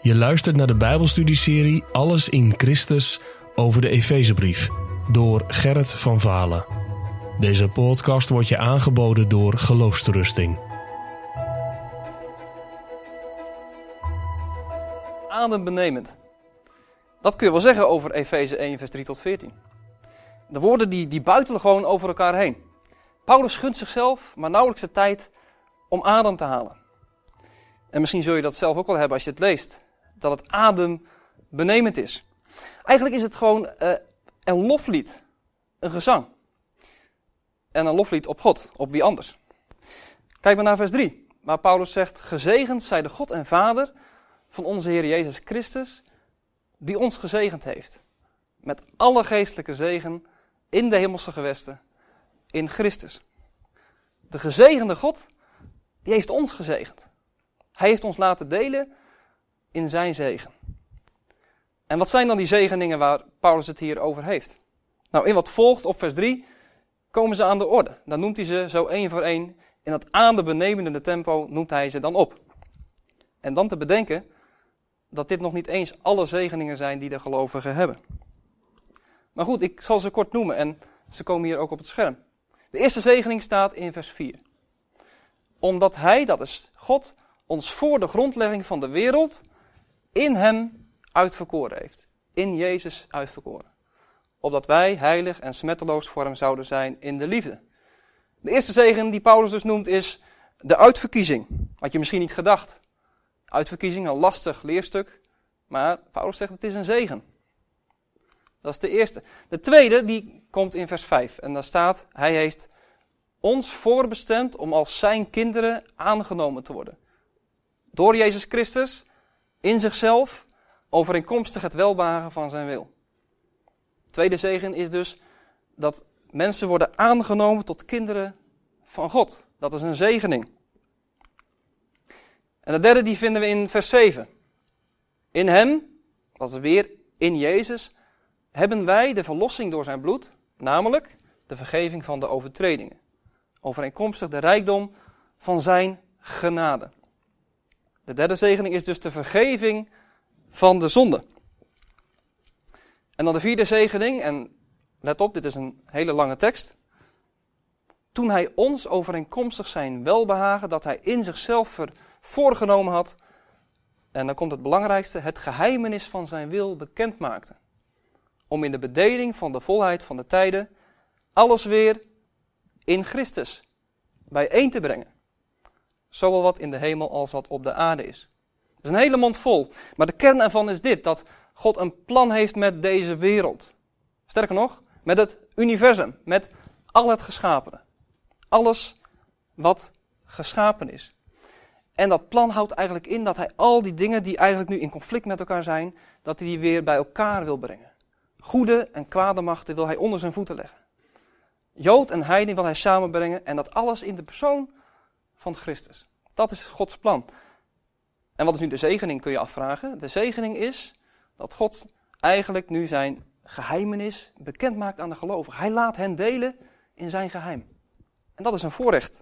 Je luistert naar de Bijbelstudieserie Alles in Christus over de Efezebrief door Gerrit van Valen. Deze podcast wordt je aangeboden door Geloofsterusting. Adembenemend. Dat kun je wel zeggen over Efeze 1 vers 3 tot 14. De woorden die buitelen gewoon over elkaar heen. Paulus gunt zichzelf maar nauwelijks de tijd om adem te halen. En misschien zul je dat zelf ook wel hebben als je het leest. Dat het adembenemend is. Eigenlijk is het gewoon een loflied. Een gezang. En een loflied op God, op wie anders. Kijk maar naar vers 3. Waar Paulus zegt: gezegend zij de God en Vader van onze Heer Jezus Christus, die ons gezegend heeft. Met alle geestelijke zegen in de hemelse gewesten, in Christus. De gezegende God, die heeft ons gezegend. Hij heeft ons laten delen in zijn zegen. En wat zijn dan die zegeningen waar Paulus het hier over heeft? Nou, in wat volgt op vers 3 komen ze aan de orde. Dan noemt hij ze zo één voor één. In dat adembenemende tempo noemt hij ze dan op. En dan te bedenken dat dit nog niet eens alle zegeningen zijn die de gelovigen hebben. Maar goed, ik zal ze kort noemen en ze komen hier ook op het scherm. De eerste zegening staat in vers 4. Omdat hij, dat is God, ons voor de grondlegging van de wereld in hem uitverkoren heeft. In Jezus uitverkoren. Opdat wij heilig en smetteloos voor hem zouden zijn in de liefde. De eerste zegen die Paulus dus noemt is de uitverkiezing. Had je misschien niet gedacht. Uitverkiezing, een lastig leerstuk. Maar Paulus zegt het is een zegen. Dat is de eerste. De tweede die komt in vers 5. En daar staat: hij heeft ons voorbestemd om als zijn kinderen aangenomen te worden. Door Jezus Christus, in zichzelf, overeenkomstig het welbehagen van zijn wil. De tweede zegen is dus dat mensen worden aangenomen tot kinderen van God. Dat is een zegening. En de derde die vinden we in vers 7. In hem, dat is weer in Jezus, hebben wij de verlossing door zijn bloed, namelijk de vergeving van de overtredingen. Overeenkomstig de rijkdom van zijn genade. De derde zegening is dus de vergeving van de zonde. En dan de vierde zegening, en let op, dit is een hele lange tekst. Toen hij ons overeenkomstig zijn welbehagen, dat hij in zichzelf voorgenomen had, en dan komt het belangrijkste, het geheimenis van zijn wil bekend maakte. Om in de bedeling van de volheid van de tijden alles weer in Christus bijeen te brengen. Zowel wat in de hemel als wat op de aarde is. Dat is een hele mond vol. Maar de kern ervan is dit, dat God een plan heeft met deze wereld. Sterker nog, met het universum, met al het geschapene. Alles wat geschapen is. En dat plan houdt eigenlijk in dat hij al die dingen die eigenlijk nu in conflict met elkaar zijn, dat hij die weer bij elkaar wil brengen. Goede en kwade machten wil hij onder zijn voeten leggen. Jood en heiden wil hij samenbrengen en dat alles in de persoon van Christus. Dat is Gods plan. En wat is nu de zegening, kun je afvragen. De zegening is dat God eigenlijk nu zijn geheimenis bekend maakt aan de gelovigen. Hij laat hen delen in zijn geheim. En dat is een voorrecht.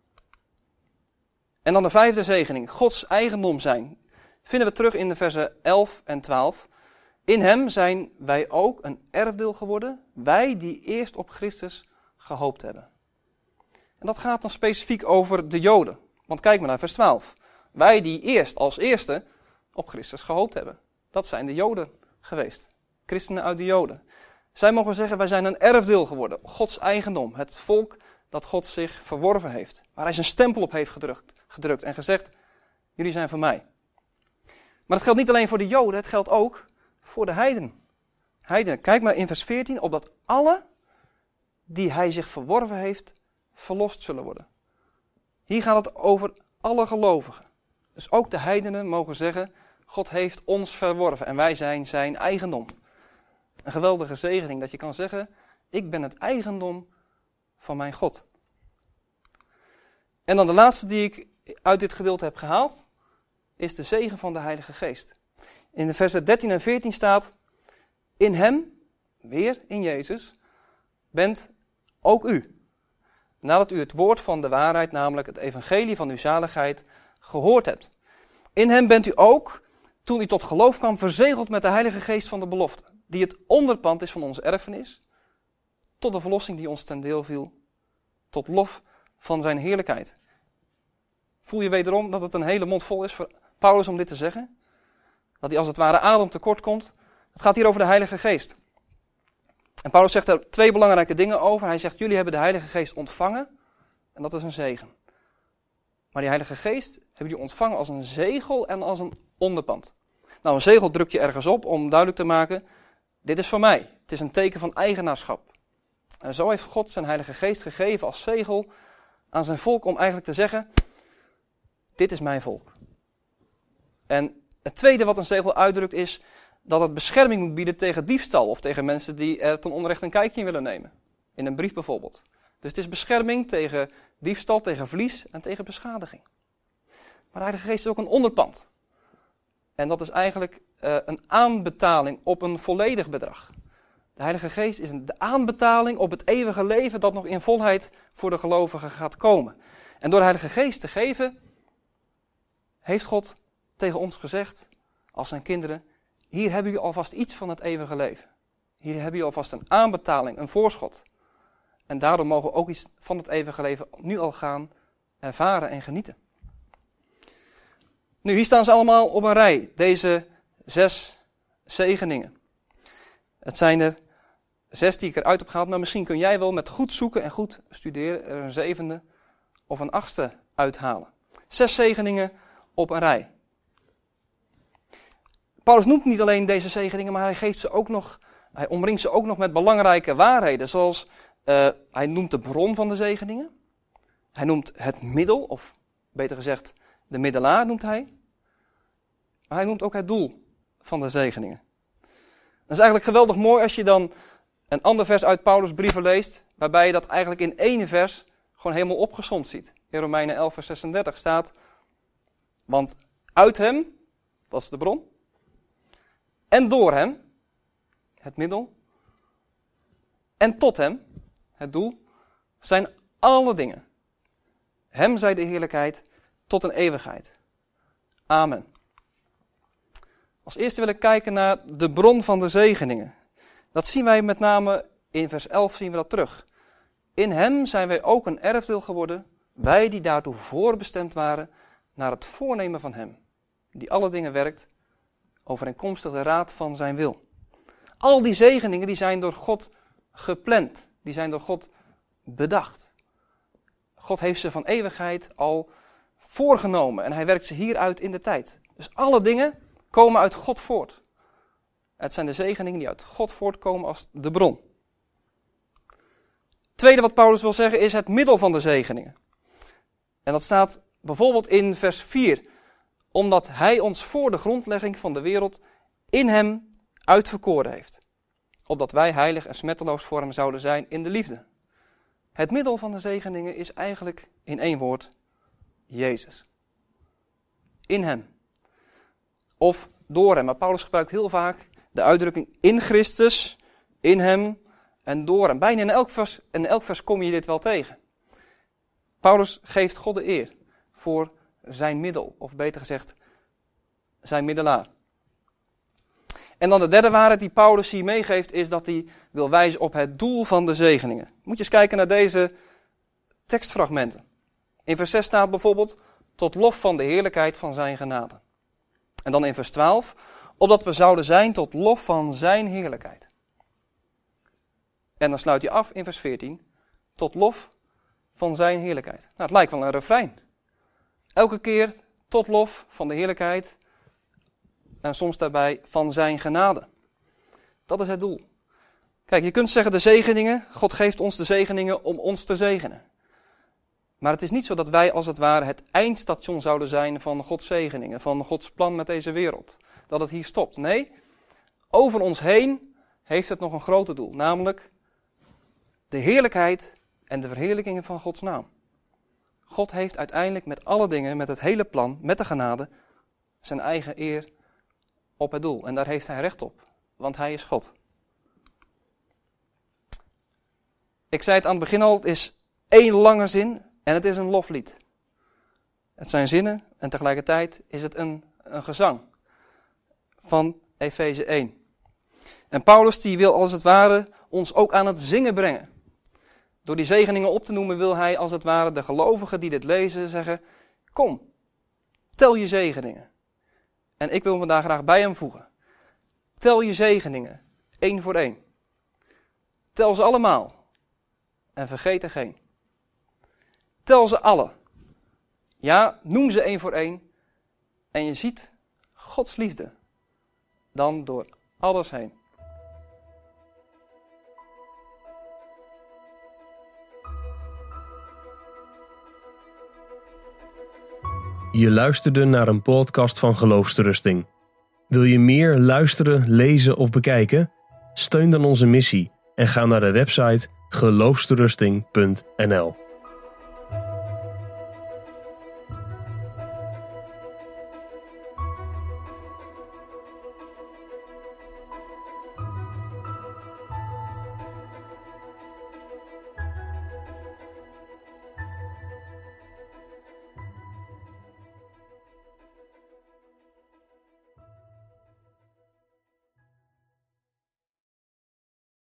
En dan de vijfde zegening, Gods eigendom zijn. Vinden we terug in de versen 11 en 12. In hem zijn wij ook een erfdeel geworden, wij die eerst op Christus gehoopt hebben. En dat gaat dan specifiek over de Joden. Want kijk maar naar vers 12. Wij die eerst als eerste op Christus gehoopt hebben. Dat zijn de Joden geweest. Christenen uit de Joden. Zij mogen zeggen, wij zijn een erfdeel geworden. Gods eigendom. Het volk dat God zich verworven heeft. Waar hij zijn stempel op heeft gedrukt en gezegd, jullie zijn van mij. Maar het geldt niet alleen voor de Joden, het geldt ook voor de heidenen. Kijk maar in vers 14, opdat alle die hij zich verworven heeft, verlost zullen worden. Hier gaat het over alle gelovigen. Dus ook de heidenen mogen zeggen, God heeft ons verworven en wij zijn zijn eigendom. Een geweldige zegening dat je kan zeggen, ik ben het eigendom van mijn God. En dan de laatste die ik uit dit gedeelte heb gehaald, is de zegen van de Heilige Geest. In de versen 13 en 14 staat, in hem, weer in Jezus, bent ook u. Nadat u het woord van de waarheid, namelijk het evangelie van uw zaligheid, gehoord hebt. In hem bent u ook, toen hij tot geloof kwam, verzegeld met de Heilige Geest van de belofte, die het onderpand is van onze erfenis, tot de verlossing die ons ten deel viel, tot lof van zijn heerlijkheid. Voel je wederom dat het een hele mond vol is voor Paulus om dit te zeggen? Dat hij als het ware adem tekort komt? Het gaat hier over de Heilige Geest. En Paulus zegt er 2 belangrijke dingen over. Hij zegt, jullie hebben de Heilige Geest ontvangen en dat is een zegen. Maar die Heilige Geest hebben jullie ontvangen als een zegel en als een onderpand. Nou, een zegel druk je ergens op om duidelijk te maken, dit is van mij. Het is een teken van eigenaarschap. En zo heeft God zijn Heilige Geest gegeven als zegel aan zijn volk om eigenlijk te zeggen, dit is mijn volk. En het tweede wat een zegel uitdrukt is dat het bescherming moet bieden tegen diefstal of tegen mensen die er ten onrecht een kijkje in willen nemen. In een brief bijvoorbeeld. Dus het is bescherming tegen diefstal, tegen verlies en tegen beschadiging. Maar de Heilige Geest is ook een onderpand. En dat is eigenlijk een aanbetaling op een volledig bedrag. De Heilige Geest is de aanbetaling op het eeuwige leven dat nog in volheid voor de gelovigen gaat komen. En door de Heilige Geest te geven, heeft God tegen ons gezegd, als zijn kinderen, hier hebben jullie alvast iets van het eeuwige leven. Hier hebben jullie alvast een aanbetaling, een voorschot. En daardoor mogen we ook iets van het eeuwige leven nu al gaan ervaren en genieten. Nu, hier staan ze allemaal op een rij, deze 6 zegeningen. Het zijn er 6 die ik eruit heb gehaald, maar misschien kun jij wel met goed zoeken en goed studeren er een 7e of een 8e uithalen. 6 zegeningen op een rij. Paulus noemt niet alleen deze zegeningen, maar hij omringt ze ook nog met belangrijke waarheden. Zoals hij noemt de bron van de zegeningen. Hij noemt het middel, of beter gezegd de middelaar noemt hij. Maar hij noemt ook het doel van de zegeningen. Dat is eigenlijk geweldig mooi als je dan een ander vers uit Paulus' brieven leest, waarbij je dat eigenlijk in 1 vers gewoon helemaal opgesomd ziet. In Romeinen 11 vers 36 staat, want uit hem, dat is de bron, en door hem, het middel, en tot hem, het doel, zijn alle dingen. Hem zij de heerlijkheid tot een eeuwigheid. Amen. Als eerste wil ik kijken naar de bron van de zegeningen. Dat zien wij met name in vers 11 zien we dat terug. In hem zijn wij ook een erfdeel geworden, wij die daartoe voorbestemd waren, naar het voornemen van hem, die alle dingen werkt, overeenkomstig de raad van zijn wil. Al die zegeningen die zijn door God gepland, die zijn door God bedacht. God heeft ze van eeuwigheid al voorgenomen en hij werkt ze hier uit in de tijd. Dus alle dingen komen uit God voort. Het zijn de zegeningen die uit God voortkomen als de bron. Het tweede wat Paulus wil zeggen is het middel van de zegeningen. En dat staat bijvoorbeeld in vers 4. Omdat hij ons voor de grondlegging van de wereld in hem uitverkoren heeft. Opdat wij heilig en smetteloos voor hem zouden zijn in de liefde. Het middel van de zegeningen is eigenlijk in 1 woord Jezus. In hem. Of door hem. Maar Paulus gebruikt heel vaak de uitdrukking in Christus, in hem en door hem. Bijna in elk vers kom je dit wel tegen. Paulus geeft God de eer voor zijn middel, of beter gezegd, zijn middelaar. En dan de derde waarheid die Paulus hier meegeeft is dat hij wil wijzen op het doel van de zegeningen. Moet je eens kijken naar deze tekstfragmenten. In vers 6 staat bijvoorbeeld, tot lof van de heerlijkheid van zijn genade. En dan in vers 12, opdat we zouden zijn tot lof van zijn heerlijkheid. En dan sluit hij af in vers 14, tot lof van zijn heerlijkheid. Nou, het lijkt wel een refrein. Elke keer tot lof van de heerlijkheid en soms daarbij van zijn genade. Dat is het doel. Kijk, je kunt zeggen de zegeningen, God geeft ons de zegeningen om ons te zegenen. Maar het is niet zo dat wij als het ware het eindstation zouden zijn van Gods zegeningen, van Gods plan met deze wereld. Dat het hier stopt. Nee, over ons heen heeft het nog een groter doel, namelijk de heerlijkheid en de verheerlijkingen van Gods naam. God heeft uiteindelijk met alle dingen, met het hele plan, met de genade, zijn eigen eer op het doel. En daar heeft hij recht op, want hij is God. Ik zei het aan het begin al, het is 1 lange zin en het is een loflied. Het zijn zinnen en tegelijkertijd is het een gezang. van Efeze 1. En Paulus die wil als het ware ons ook aan het zingen brengen. Door die zegeningen op te noemen wil hij als het ware de gelovigen die dit lezen zeggen, kom, tel je zegeningen. En ik wil me daar graag bij hem voegen. Tel je zegeningen, 1 voor 1. Tel ze allemaal en vergeet er geen. Tel ze alle. Ja, noem ze 1 voor 1 en je ziet Gods liefde dan door alles heen. Je luisterde naar een podcast van Geloofsterusting. Wil je meer luisteren, lezen of bekijken? Steun dan onze missie en ga naar de website geloofsterusting.nl.